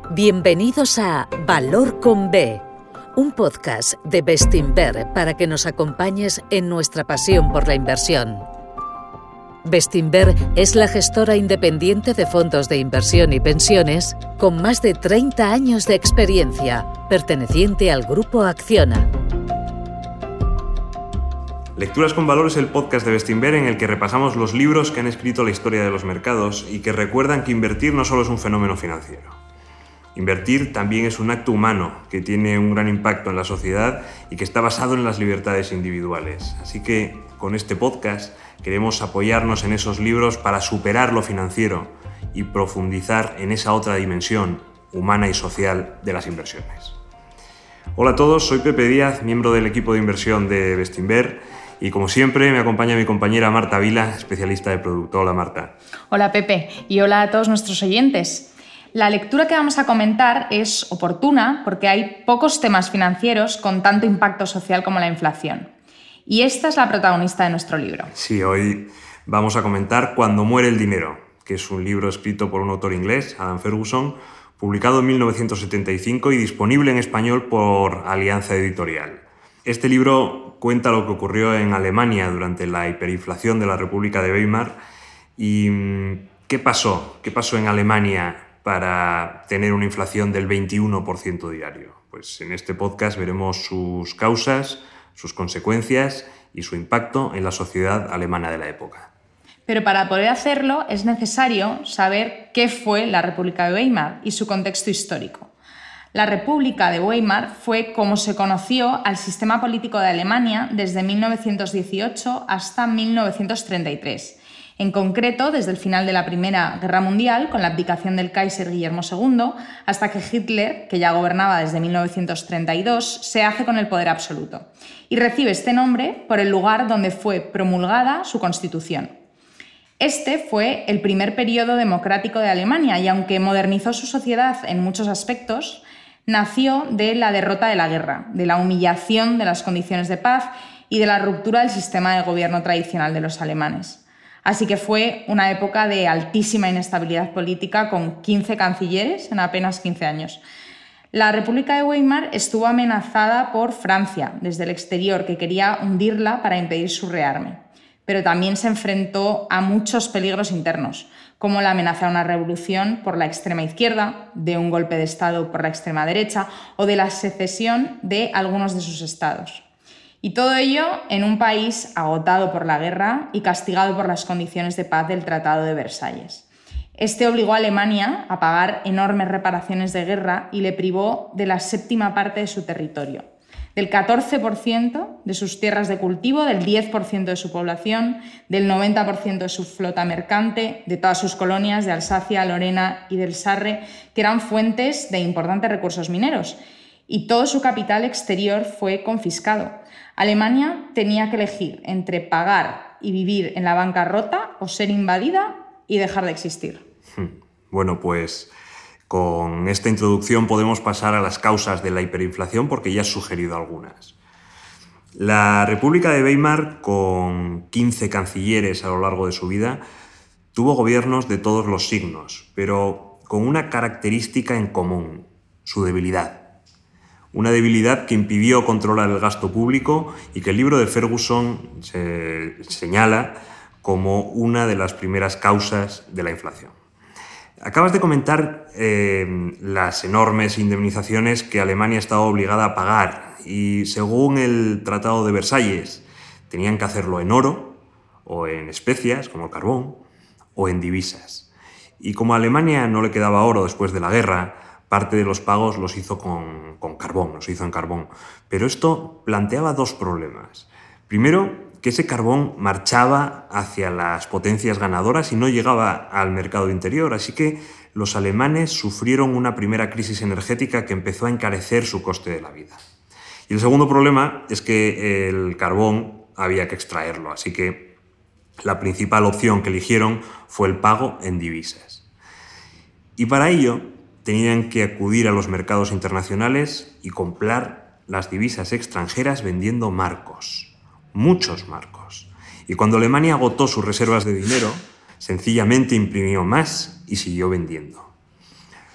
Bienvenidos a Valor con B, un podcast de Bestinver para que nos acompañes en nuestra pasión por la inversión. Bestinver es la gestora independiente de fondos de inversión y pensiones con más de 30 años de experiencia, perteneciente al Grupo Acciona. Lecturas con Valor es el podcast de Bestinver en el que repasamos los libros que han escrito la historia de los mercados y que recuerdan que invertir no solo es un fenómeno financiero. Invertir también es un acto humano que tiene un gran impacto en la sociedad y que está basado en las libertades individuales. Así que, con este podcast, queremos apoyarnos en esos libros para superar lo financiero y profundizar en esa otra dimensión humana y social de las inversiones. Hola a todos, soy Pepe Díaz, miembro del equipo de inversión de Bestinver, y como siempre me acompaña mi compañera Marta Vila, especialista de producto. Hola Marta. Hola Pepe y hola a todos nuestros oyentes. La lectura que vamos a comentar es oportuna porque hay pocos temas financieros con tanto impacto social como la inflación. Y esta es la protagonista de nuestro libro. Sí, hoy vamos a comentar Cuando muere el dinero, que es un libro escrito por un autor inglés, Adam Ferguson, publicado en 1975 y disponible en español por Alianza Editorial. Este libro cuenta lo que ocurrió en Alemania durante la hiperinflación de la República de Weimar y ¿qué pasó? ¿Qué pasó en Alemania para tener una inflación del 21% diario? Pues en este podcast veremos sus causas, sus consecuencias y su impacto en la sociedad alemana de la época. Pero para poder hacerlo es necesario saber qué fue la República de Weimar y su contexto histórico. La República de Weimar fue como se conoció al sistema político de Alemania desde 1918 hasta 1933. En concreto, desde el final de la Primera Guerra Mundial, con la abdicación del Kaiser Guillermo II, hasta que Hitler, que ya gobernaba desde 1932, se hace con el poder absoluto. Y recibe este nombre por el lugar donde fue promulgada su constitución. Este fue el primer periodo democrático de Alemania y aunque modernizó su sociedad en muchos aspectos, nació de la derrota de la guerra, de la humillación de las condiciones de paz y de la ruptura del sistema de gobierno tradicional de los alemanes. Así que fue una época de altísima inestabilidad política con 15 cancilleres en apenas 15 años. La República de Weimar estuvo amenazada por Francia desde el exterior, que quería hundirla para impedir su rearme. Pero también se enfrentó a muchos peligros internos, como la amenaza de una revolución por la extrema izquierda, de un golpe de Estado por la extrema derecha o de la secesión de algunos de sus estados. Y todo ello en un país agotado por la guerra y castigado por las condiciones de paz del Tratado de Versalles. Este obligó a Alemania a pagar enormes reparaciones de guerra y le privó de la séptima parte de su territorio, del 14% de sus tierras de cultivo, del 10% de su población, del 90% de su flota mercante, de todas sus colonias de Alsacia, Lorena y del Sarre, que eran fuentes de importantes recursos mineros, y todo su capital exterior fue confiscado. Alemania tenía que elegir entre pagar y vivir en la bancarrota o ser invadida y dejar de existir. Bueno, pues con esta introducción podemos pasar a las causas de la hiperinflación porque ya has sugerido algunas. La República de Weimar, con 15 cancilleres a lo largo de su vida, tuvo gobiernos de todos los signos, pero con una característica en común: su debilidad. Una debilidad que impidió controlar el gasto público y que el libro de Ferguson se señala como una de las primeras causas de la inflación. Acabas de comentar las enormes indemnizaciones que Alemania estaba obligada a pagar y, según el Tratado de Versalles, tenían que hacerlo en oro o en especias como el carbón o en divisas. Y como a Alemania no le quedaba oro después de la guerra, parte de los pagos los hizo con carbón, los hizo en carbón. Pero esto planteaba dos problemas. Primero, que ese carbón marchaba hacia las potencias ganadoras y no llegaba al mercado interior, así que los alemanes sufrieron una primera crisis energética que empezó a encarecer su coste de la vida. Y el segundo problema es que el carbón había que extraerlo, así que la principal opción que eligieron fue el pago en divisas. Y para ello tenían que acudir a los mercados internacionales y comprar las divisas extranjeras vendiendo marcos, muchos marcos. Y cuando Alemania agotó sus reservas de dinero, sencillamente imprimió más y siguió vendiendo.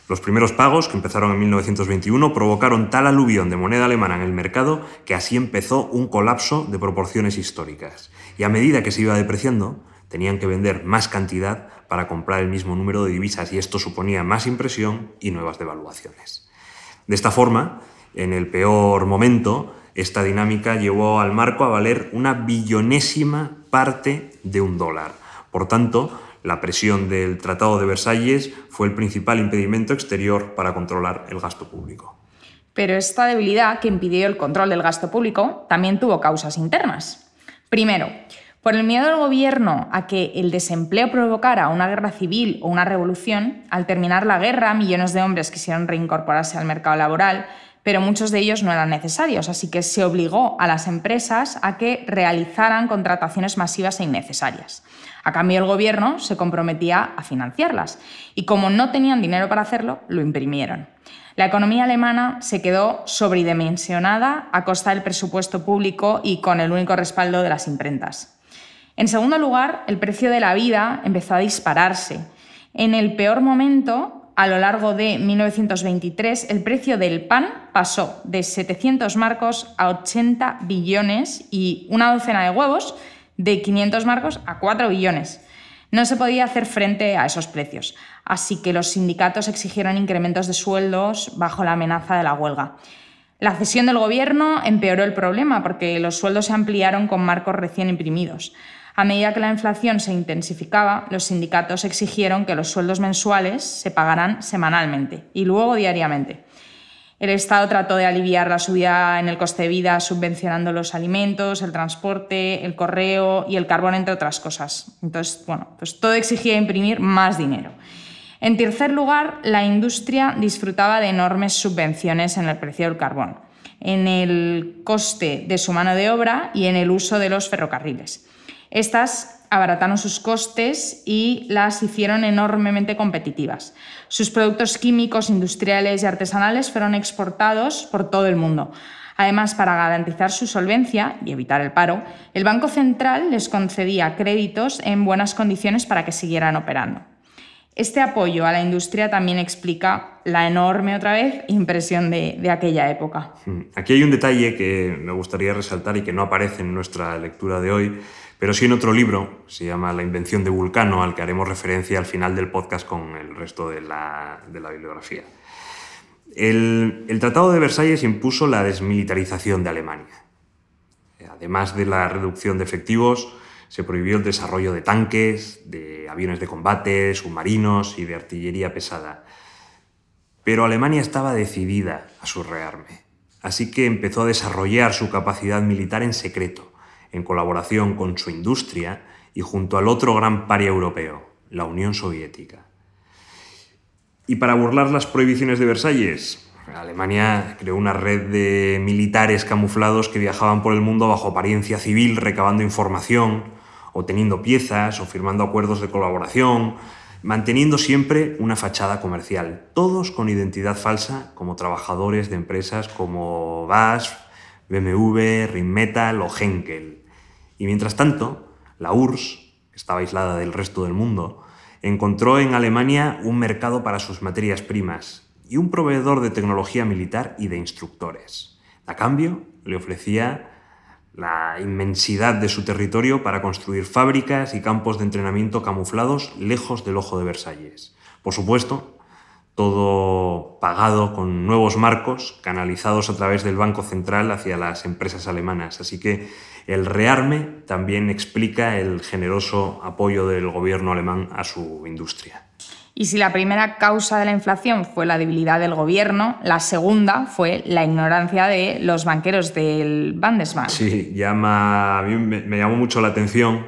Los primeros pagos, que empezaron en 1921, provocaron tal aluvión de moneda alemana en el mercado que así empezó un colapso de proporciones históricas. Y a medida que se iba depreciando, tenían que vender más cantidad para comprar el mismo número de divisas y esto suponía más impresión y nuevas devaluaciones. De esta forma, en el peor momento, esta dinámica llevó al marco a valer una billonésima parte de $1. Por tanto, la presión del Tratado de Versalles fue el principal impedimento exterior para controlar el gasto público. Pero esta debilidad que impidió el control del gasto público también tuvo causas internas. Primero, por el miedo del gobierno a que el desempleo provocara una guerra civil o una revolución, al terminar la guerra, millones de hombres quisieron reincorporarse al mercado laboral, pero muchos de ellos no eran necesarios, así que se obligó a las empresas a que realizaran contrataciones masivas e innecesarias. A cambio, el gobierno se comprometía a financiarlas y como no tenían dinero para hacerlo, lo imprimieron. La economía alemana se quedó sobredimensionada a costa del presupuesto público y con el único respaldo de las imprentas. En segundo lugar, el precio de la vida empezó a dispararse. En el peor momento, a lo largo de 1923, el precio del pan pasó de 700 marcos a 80 billones y una docena de huevos de 500 marcos a 4 billones. No se podía hacer frente a esos precios, así que los sindicatos exigieron incrementos de sueldos bajo la amenaza de la huelga. La cesión del gobierno empeoró el problema porque los sueldos se ampliaron con marcos recién imprimidos. A medida que la inflación se intensificaba, los sindicatos exigieron que los sueldos mensuales se pagaran semanalmente y luego diariamente. El Estado trató de aliviar la subida en el coste de vida subvencionando los alimentos, el transporte, el correo y el carbón, entre otras cosas. Entonces, pues todo exigía imprimir más dinero. En tercer lugar, la industria disfrutaba de enormes subvenciones en el precio del carbón, en el coste de su mano de obra y en el uso de los ferrocarriles. Estas abarataron sus costes y las hicieron enormemente competitivas. Sus productos químicos, industriales y artesanales fueron exportados por todo el mundo. Además, para garantizar su solvencia y evitar el paro, el Banco Central les concedía créditos en buenas condiciones para que siguieran operando. Este apoyo a la industria también explica la enorme, otra vez, impresión de aquella época. Aquí hay un detalle que me gustaría resaltar y que no aparece en nuestra lectura de hoy, pero sí en otro libro, se llama La invención de Vulcano, al que haremos referencia al final del podcast con el resto de la bibliografía. El Tratado de Versalles impuso la desmilitarización de Alemania. Además de la reducción de efectivos, se prohibió el desarrollo de tanques, de aviones de combate, submarinos y de artillería pesada. Pero Alemania estaba decidida a su rearme, así que empezó a desarrollar su capacidad militar en secreto, en colaboración con su industria y junto al otro gran paria europeo, la Unión Soviética. Y para burlar las prohibiciones de Versalles, Alemania creó una red de militares camuflados que viajaban por el mundo bajo apariencia civil, recabando información, o teniendo piezas, o firmando acuerdos de colaboración, manteniendo siempre una fachada comercial, todos con identidad falsa como trabajadores de empresas como BASF, BMW, Rheinmetall o Henkel. Y mientras tanto, la URSS, que estaba aislada del resto del mundo, encontró en Alemania un mercado para sus materias primas y un proveedor de tecnología militar y de instructores. A cambio, le ofrecía la inmensidad de su territorio para construir fábricas y campos de entrenamiento camuflados lejos del ojo de Versalles. Por supuesto, todo pagado con nuevos marcos canalizados a través del Banco Central hacia las empresas alemanas. Así que el rearme también explica el generoso apoyo del gobierno alemán a su industria. Y si la primera causa de la inflación fue la debilidad del gobierno, la segunda fue la ignorancia de los banqueros del Bundesbank. Sí, a mí me llamó mucho la atención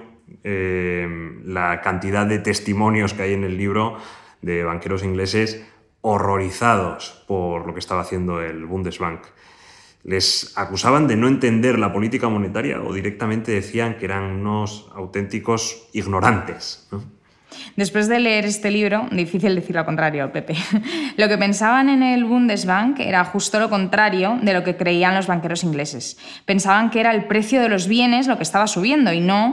la cantidad de testimonios que hay en el libro de banqueros ingleses horrorizados por lo que estaba haciendo el Bundesbank. Les acusaban de no entender la política monetaria o directamente decían que eran unos auténticos ignorantes, ¿no? Después de leer este libro, difícil decir lo contrario, Pepe. Lo que pensaban en el Bundesbank era justo lo contrario de lo que creían los banqueros ingleses. Pensaban que era el precio de los bienes lo que estaba subiendo y no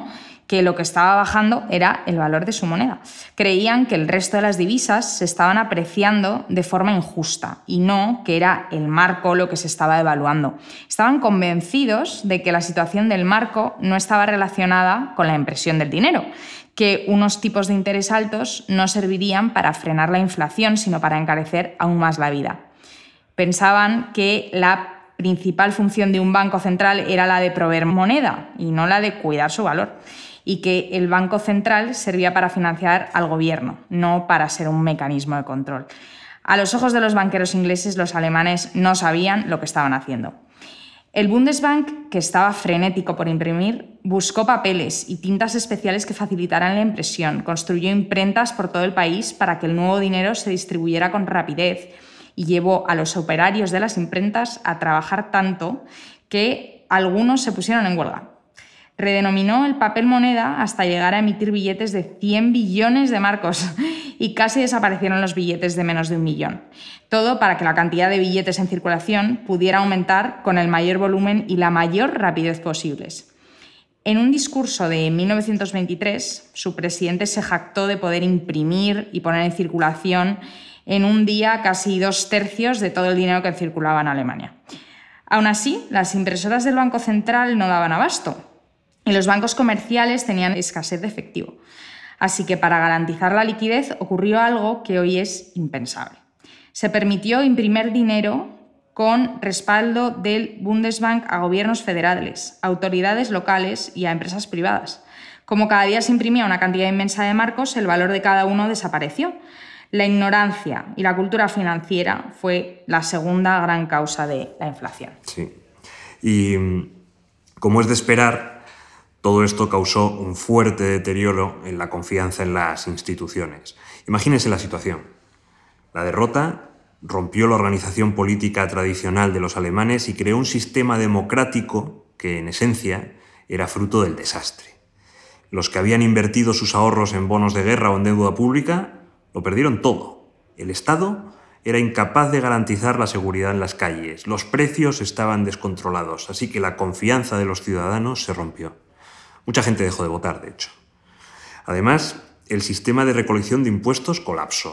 que lo que estaba bajando era el valor de su moneda. Creían que el resto de las divisas se estaban apreciando de forma injusta y no que era el marco lo que se estaba devaluando. Estaban convencidos de que la situación del marco no estaba relacionada con la impresión del dinero, que unos tipos de interés altos no servirían para frenar la inflación, sino para encarecer aún más la vida. Pensaban que la principal función de un banco central era la de proveer moneda y no la de cuidar su valor, y que el Banco Central servía para financiar al gobierno, no para ser un mecanismo de control. A los ojos de los banqueros ingleses, los alemanes no sabían lo que estaban haciendo. El Bundesbank, que estaba frenético por imprimir, buscó papeles y tintas especiales que facilitaran la impresión, construyó imprentas por todo el país para que el nuevo dinero se distribuyera con rapidez y llevó a los operarios de las imprentas a trabajar tanto que algunos se pusieron en huelga. Redenominó el papel moneda hasta llegar a emitir billetes de 100 billones de marcos y casi desaparecieron los billetes de menos de 1 millón. Todo para que la cantidad de billetes en circulación pudiera aumentar con el mayor volumen y la mayor rapidez posibles. En un discurso de 1923, su presidente se jactó de poder imprimir y poner en circulación en un día casi 2/3 de todo el dinero que circulaba en Alemania. Aún así, las impresoras del Banco Central no daban abasto y los bancos comerciales tenían escasez de efectivo. Así que para garantizar la liquidez ocurrió algo que hoy es impensable. Se permitió imprimir dinero con respaldo del Bundesbank a gobiernos federales, autoridades locales y a empresas privadas. Como cada día se imprimía una cantidad inmensa de marcos, el valor de cada uno desapareció. La ignorancia y la cultura financiera fue la segunda gran causa de la inflación. Sí. Y como es de esperar, todo esto causó un fuerte deterioro en la confianza en las instituciones. Imagínense la situación. La derrota rompió la organización política tradicional de los alemanes y creó un sistema democrático que, en esencia, era fruto del desastre. Los que habían invertido sus ahorros en bonos de guerra o en deuda pública lo perdieron todo. El Estado era incapaz de garantizar la seguridad en las calles, los precios estaban descontrolados, así que la confianza de los ciudadanos se rompió. Mucha gente dejó de votar, de hecho. Además, el sistema de recolección de impuestos colapsó.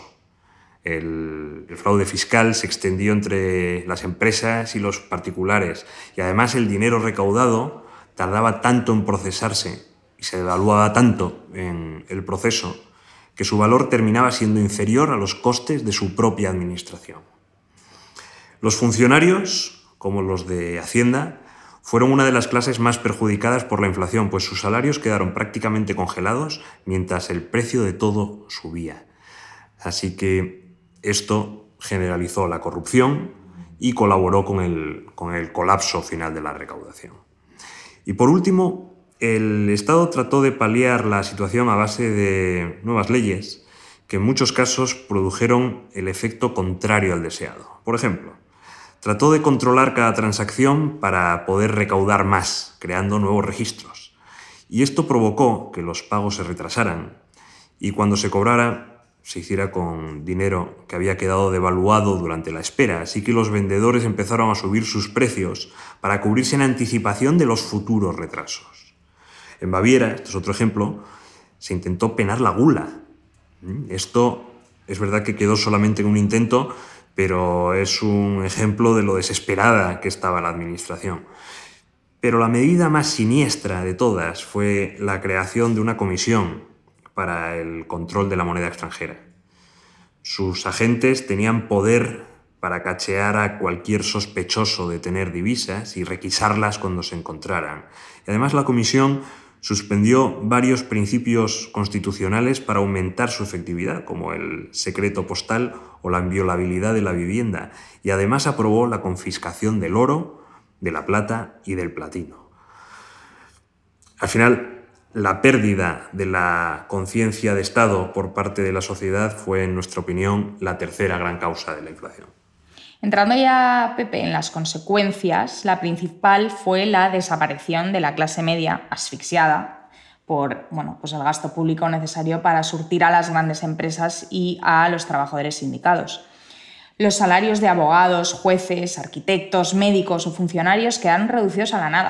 El fraude fiscal se extendió entre las empresas y los particulares y además el dinero recaudado tardaba tanto en procesarse y se devaluaba tanto en el proceso que su valor terminaba siendo inferior a los costes de su propia administración. Los funcionarios, como los de Hacienda, fueron una de las clases más perjudicadas por la inflación, pues sus salarios quedaron prácticamente congelados mientras el precio de todo subía. Así que esto generalizó la corrupción y colaboró con el colapso final de la recaudación. Y por último, el Estado trató de paliar la situación a base de nuevas leyes que en muchos casos produjeron el efecto contrario al deseado. Por ejemplo, trató de controlar cada transacción para poder recaudar más, creando nuevos registros. Y esto provocó que los pagos se retrasaran y cuando se cobrara se hiciera con dinero que había quedado devaluado durante la espera. Así que los vendedores empezaron a subir sus precios para cubrirse en anticipación de los futuros retrasos. En Baviera, esto es otro ejemplo, se intentó penar la gula. Esto es verdad que quedó solamente en un intento, pero es un ejemplo de lo desesperada que estaba la administración. Pero la medida más siniestra de todas fue la creación de una comisión para el control de la moneda extranjera. Sus agentes tenían poder para cachear a cualquier sospechoso de tener divisas y requisarlas cuando se encontraran. Y además la comisión suspendió varios principios constitucionales para aumentar su efectividad, como el secreto postal o la inviolabilidad de la vivienda, y además aprobó la confiscación del oro, de la plata y del platino. Al final, la pérdida de la conciencia de Estado por parte de la sociedad fue, en nuestra opinión, la tercera gran causa de la inflación. Entrando ya, Pepe, en las consecuencias, la principal fue la desaparición de la clase media asfixiada por el gasto público necesario para surtir a las grandes empresas y a los trabajadores sindicados. Los salarios de abogados, jueces, arquitectos, médicos o funcionarios quedaron reducidos a la nada.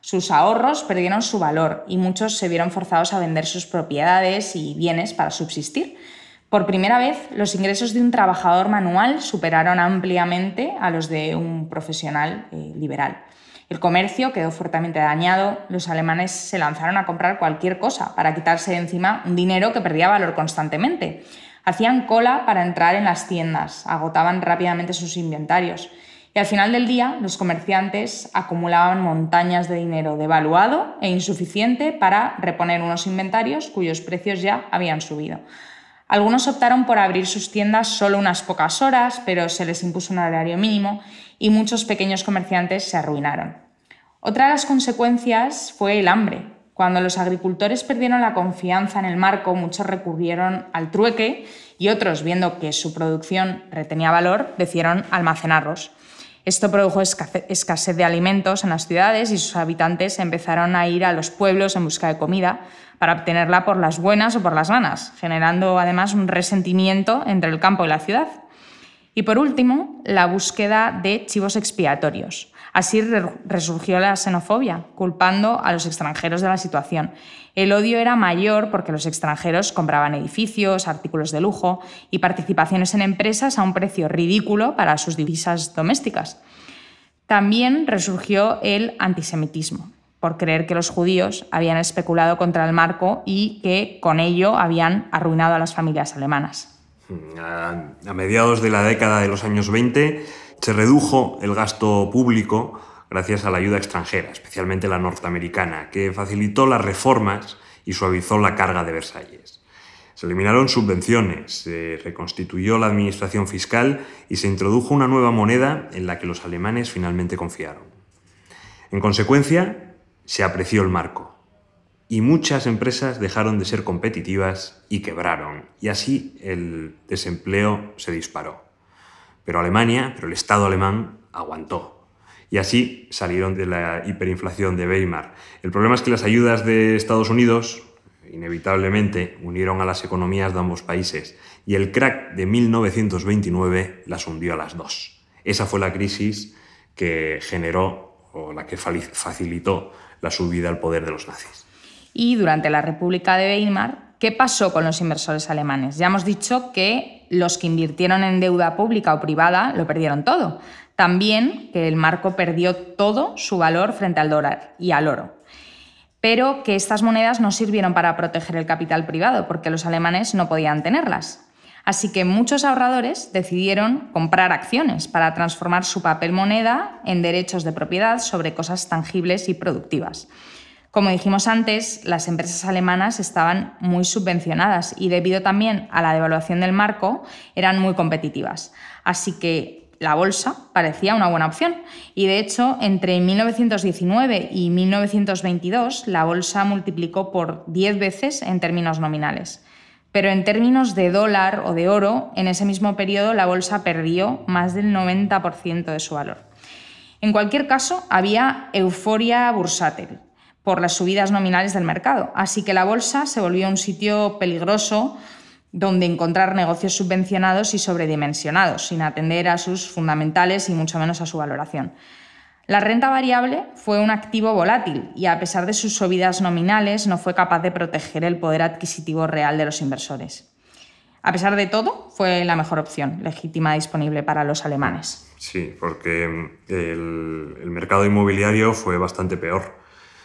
Sus ahorros perdieron su valor y muchos se vieron forzados a vender sus propiedades y bienes para subsistir. Por primera vez, los ingresos de un trabajador manual superaron ampliamente a los de un profesional liberal. El comercio quedó fuertemente dañado. Los alemanes se lanzaron a comprar cualquier cosa para quitarse de encima un dinero que perdía valor constantemente. Hacían cola para entrar en las tiendas, agotaban rápidamente sus inventarios. Y al final del día, los comerciantes acumulaban montañas de dinero devaluado e insuficiente para reponer unos inventarios cuyos precios ya habían subido. Algunos optaron por abrir sus tiendas solo unas pocas horas, pero se les impuso un horario mínimo y muchos pequeños comerciantes se arruinaron. Otra de las consecuencias fue el hambre. Cuando los agricultores perdieron la confianza en el marco, muchos recurrieron al trueque y otros, viendo que su producción retenía valor, decidieron almacenarlos. Esto produjo escasez de alimentos en las ciudades y sus habitantes empezaron a ir a los pueblos en busca de comida para obtenerla por las buenas o por las malas, generando además un resentimiento entre el campo y la ciudad. Y por último, la búsqueda de chivos expiatorios. Así resurgió la xenofobia, culpando a los extranjeros de la situación. El odio era mayor porque los extranjeros compraban edificios, artículos de lujo y participaciones en empresas a un precio ridículo para sus divisas domésticas. También resurgió el antisemitismo, por creer que los judíos habían especulado contra el marco y que con ello habían arruinado a las familias alemanas. A mediados de la década de los años 20 se redujo el gasto público gracias a la ayuda extranjera, especialmente la norteamericana, que facilitó las reformas y suavizó la carga de Versalles. Se eliminaron subvenciones, se reconstituyó la administración fiscal y se introdujo una nueva moneda en la que los alemanes finalmente confiaron. En consecuencia, se apreció el marco y muchas empresas dejaron de ser competitivas y quebraron, y así el desempleo se disparó. Pero el Estado alemán aguantó. Y así salieron de la hiperinflación de Weimar. El problema es que las ayudas de Estados Unidos, inevitablemente, unieron a las economías de ambos países. Y el crack de 1929 las hundió a las dos. Esa fue la crisis que generó, o la que facilitó, la subida al poder de los nazis. Y durante la República de Weimar, ¿qué pasó con los inversores alemanes? Ya hemos dicho que los que invirtieron en deuda pública o privada lo perdieron todo. También que el marco perdió todo su valor frente al dólar y al oro. Pero que estas monedas no sirvieron para proteger el capital privado, porque los alemanes no podían tenerlas. Así que muchos ahorradores decidieron comprar acciones para transformar su papel moneda en derechos de propiedad sobre cosas tangibles y productivas. Como dijimos antes, las empresas alemanas estaban muy subvencionadas y debido también a la devaluación del marco eran muy competitivas. Así que la bolsa parecía una buena opción y de hecho entre 1919 y 1922 la bolsa multiplicó por 10 veces en términos nominales. Pero en términos de dólar o de oro, en ese mismo periodo la bolsa perdió más del 90% de su valor. En cualquier caso, había euforia bursátil por las subidas nominales del mercado, así que la bolsa se volvió un sitio peligroso donde encontrar negocios subvencionados y sobredimensionados, sin atender a sus fundamentales y mucho menos a su valoración. La renta variable fue un activo volátil y, a pesar de sus subidas nominales, no fue capaz de proteger el poder adquisitivo real de los inversores. A pesar de todo, fue la mejor opción legítima disponible para los alemanes. Sí, porque el mercado inmobiliario fue bastante peor.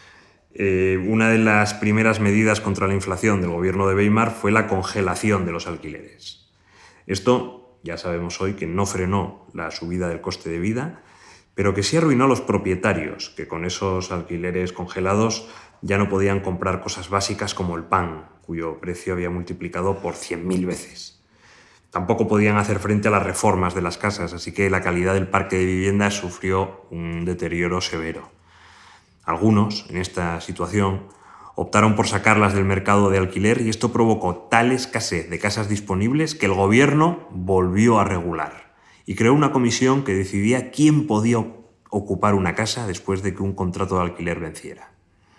Una de las primeras medidas contra la inflación del gobierno de Weimar fue la congelación de los alquileres. Esto ya sabemos hoy que no frenó la subida del coste de vida, pero que sí arruinó a los propietarios, que con esos alquileres congelados ya no podían comprar cosas básicas como el pan, cuyo precio había multiplicado por 100.000 veces. Tampoco podían hacer frente a las reformas de las casas, así que la calidad del parque de viviendas sufrió un deterioro severo. Algunos, en esta situación, optaron por sacarlas del mercado de alquiler y esto provocó tal escasez de casas disponibles que el gobierno volvió a regular y creó una comisión que decidía quién podía ocupar una casa después de que un contrato de alquiler venciera.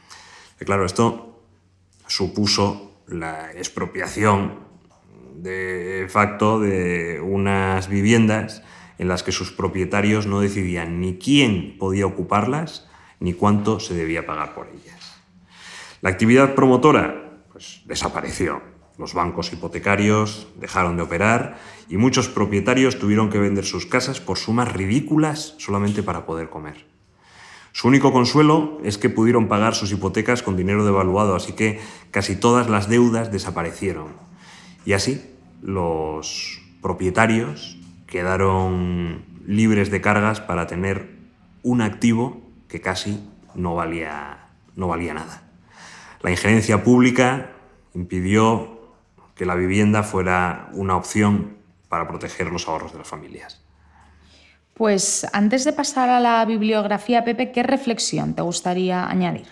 Y claro, esto supuso la expropiación de facto de unas viviendas en las que sus propietarios no decidían ni quién podía ocuparlas ni cuánto se debía pagar por ellas. La actividad promotora pues, desapareció. Los bancos hipotecarios dejaron de operar y muchos propietarios tuvieron que vender sus casas por sumas ridículas solamente para poder comer. Su único consuelo es que pudieron pagar sus hipotecas con dinero devaluado, así que casi todas las deudas desaparecieron. Y así, los propietarios quedaron libres de cargas para tener un activo que casi no valía nada. La injerencia pública impidió que la vivienda fuera una opción para proteger los ahorros de las familias. Pues antes de pasar a la bibliografía, Pepe, ¿qué reflexión te gustaría añadir?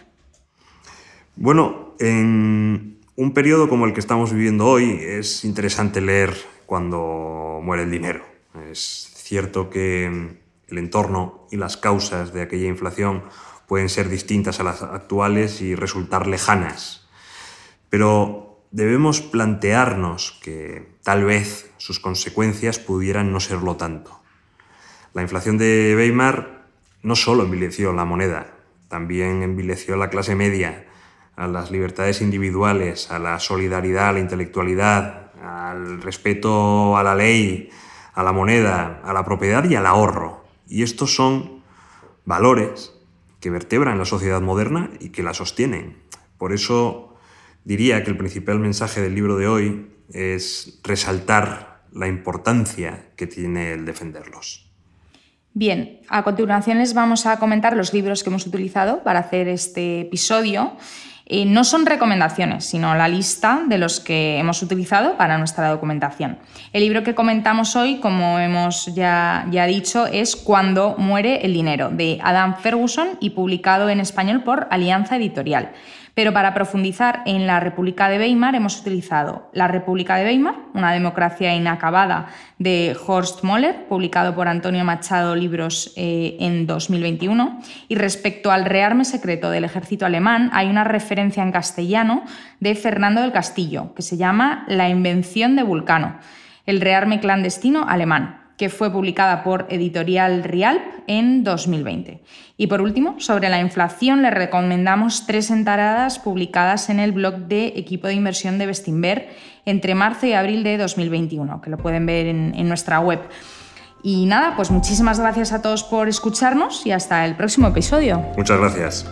Bueno, en un periodo como el que estamos viviendo hoy es interesante leer cuando muere el dinero. Es cierto que el entorno y las causas de aquella inflación pueden ser distintas a las actuales y resultar lejanas, pero debemos plantearnos que tal vez sus consecuencias pudieran no serlo tanto. La inflación de Weimar no solo envileció la moneda, también envileció a la clase media, a las libertades individuales, a la solidaridad, a la intelectualidad, al respeto a la ley, a la moneda, a la propiedad y al ahorro. Y estos son valores que vertebran la sociedad moderna y que la sostienen. Por eso diría que el principal mensaje del libro de hoy es resaltar la importancia que tiene el defenderlos. Bien, a continuación les vamos a comentar los libros que hemos utilizado para hacer este episodio. No son recomendaciones, sino la lista de los que hemos utilizado para nuestra documentación. El libro que comentamos hoy, como hemos ya dicho, es Cuando muere el dinero, de Adam Ferguson y publicado en español por Alianza Editorial. Pero para profundizar en la República de Weimar hemos utilizado La República de Weimar, una democracia inacabada, de Horst Mahler, publicado por Antonio Machado Libros en 2021. Y respecto al rearme secreto del ejército alemán, hay una referencia en castellano de Fernando del Castillo, que se llama La invención de Vulcano, el rearme clandestino alemán, que fue publicada por Editorial Rialp en 2020. Y por último, sobre la inflación, les recomendamos 3 entradas publicadas en el blog de equipo de inversión de Bestinver entre marzo y abril de 2021, que lo pueden ver en nuestra web. Y nada, pues muchísimas gracias a todos por escucharnos y hasta el próximo episodio. Muchas gracias.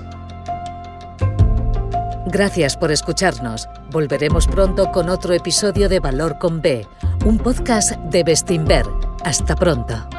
Gracias por escucharnos. Volveremos pronto con otro episodio de Valor con B, un podcast de Bestinver. Hasta pronto.